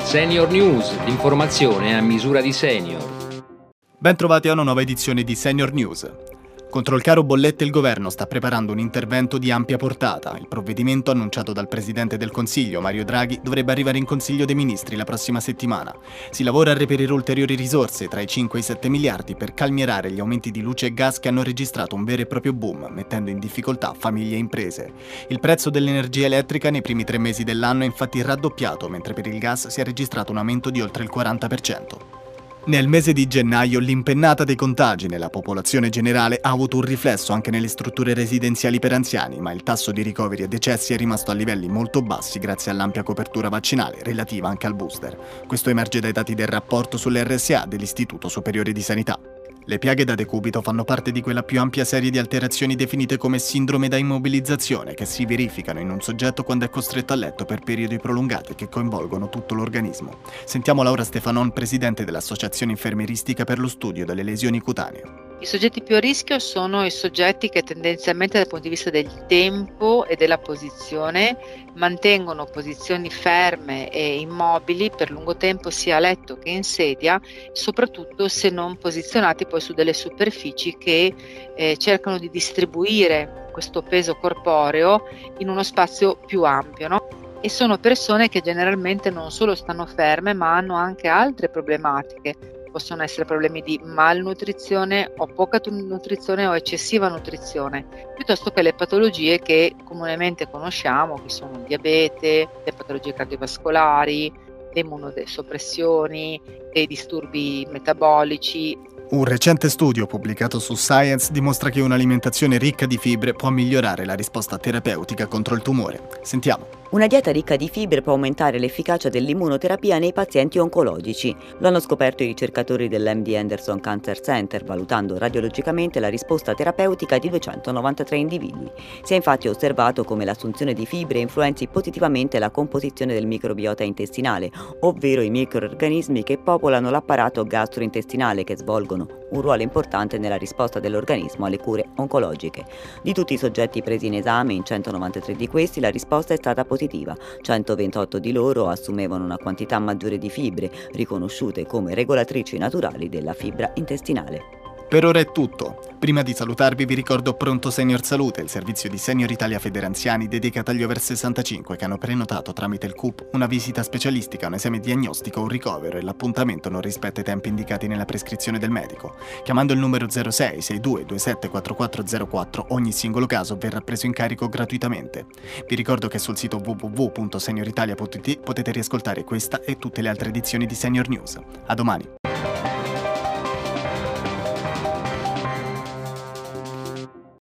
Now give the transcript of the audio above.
Senior News, l'informazione a misura di senior. Ben trovati a una nuova edizione di Senior News. Contro il caro bollette il governo sta preparando un intervento di ampia portata. Il provvedimento annunciato dal Presidente del Consiglio, Mario Draghi, dovrebbe arrivare in Consiglio dei Ministri la prossima settimana. Si lavora a reperire ulteriori risorse, tra i 5 e i 7 miliardi, per calmierare gli aumenti di luce e gas che hanno registrato un vero e proprio boom, mettendo in difficoltà famiglie e imprese. Il prezzo dell'energia elettrica nei primi 3 mesi dell'anno è infatti raddoppiato, mentre per il gas si è registrato un aumento di oltre il 40%. Nel mese di gennaio l'impennata dei contagi nella popolazione generale ha avuto un riflesso anche nelle strutture residenziali per anziani, ma il tasso di ricoveri e decessi è rimasto a livelli molto bassi grazie all'ampia copertura vaccinale relativa anche al booster. Questo emerge dai dati del rapporto sulle RSA dell'Istituto Superiore di Sanità. Le piaghe da decubito fanno parte di quella più ampia serie di alterazioni definite come sindrome da immobilizzazione, che si verificano in un soggetto quando è costretto a letto per periodi prolungati che coinvolgono tutto l'organismo. Sentiamo Laura Stefanon, presidente dell'Associazione Infermieristica per lo Studio delle Lesioni Cutanee. I soggetti più a rischio sono i soggetti che tendenzialmente dal punto di vista del tempo e della posizione mantengono posizioni ferme e immobili per lungo tempo sia a letto che in sedia, soprattutto se non posizionati poi su delle superfici che cercano di distribuire questo peso corporeo in uno spazio più ampio, no? E sono persone che generalmente non solo stanno ferme ma hanno anche altre problematiche. Possono essere problemi di malnutrizione o poca nutrizione o eccessiva nutrizione, piuttosto che le patologie che comunemente conosciamo, che sono il diabete, le patologie cardiovascolari, le immunosoppressioni, dei disturbi metabolici. Un recente studio pubblicato su Science dimostra che un'alimentazione ricca di fibre può migliorare la risposta terapeutica contro il tumore. Sentiamo. Una dieta ricca di fibre può aumentare l'efficacia dell'immunoterapia nei pazienti oncologici. Lo hanno scoperto i ricercatori dell'MD Anderson Cancer Center, valutando radiologicamente la risposta terapeutica di 293 individui. Si è infatti osservato come l'assunzione di fibre influenzi positivamente la composizione del microbiota intestinale, ovvero i microorganismi che popolano l'apparato gastrointestinale, che svolgono un ruolo importante nella risposta dell'organismo alle cure oncologiche. Di tutti i soggetti presi in esame, in 193 di questi la risposta è stata positiva. 128 di loro assumevano una quantità maggiore di fibre, riconosciute come regolatrici naturali della fibra intestinale. Per ora è tutto. Prima di salutarvi vi ricordo Pronto Senior Salute, il servizio di Senior Italia Federanziani dedicato agli over 65 che hanno prenotato tramite il CUP una visita specialistica, un esame diagnostico o un ricovero e l'appuntamento non rispetta i tempi indicati nella prescrizione del medico. Chiamando il numero 06 62 27 4404 ogni singolo caso verrà preso in carico gratuitamente. Vi ricordo che sul sito www.senioritalia.it potete riascoltare questa e tutte le altre edizioni di Senior News. A domani!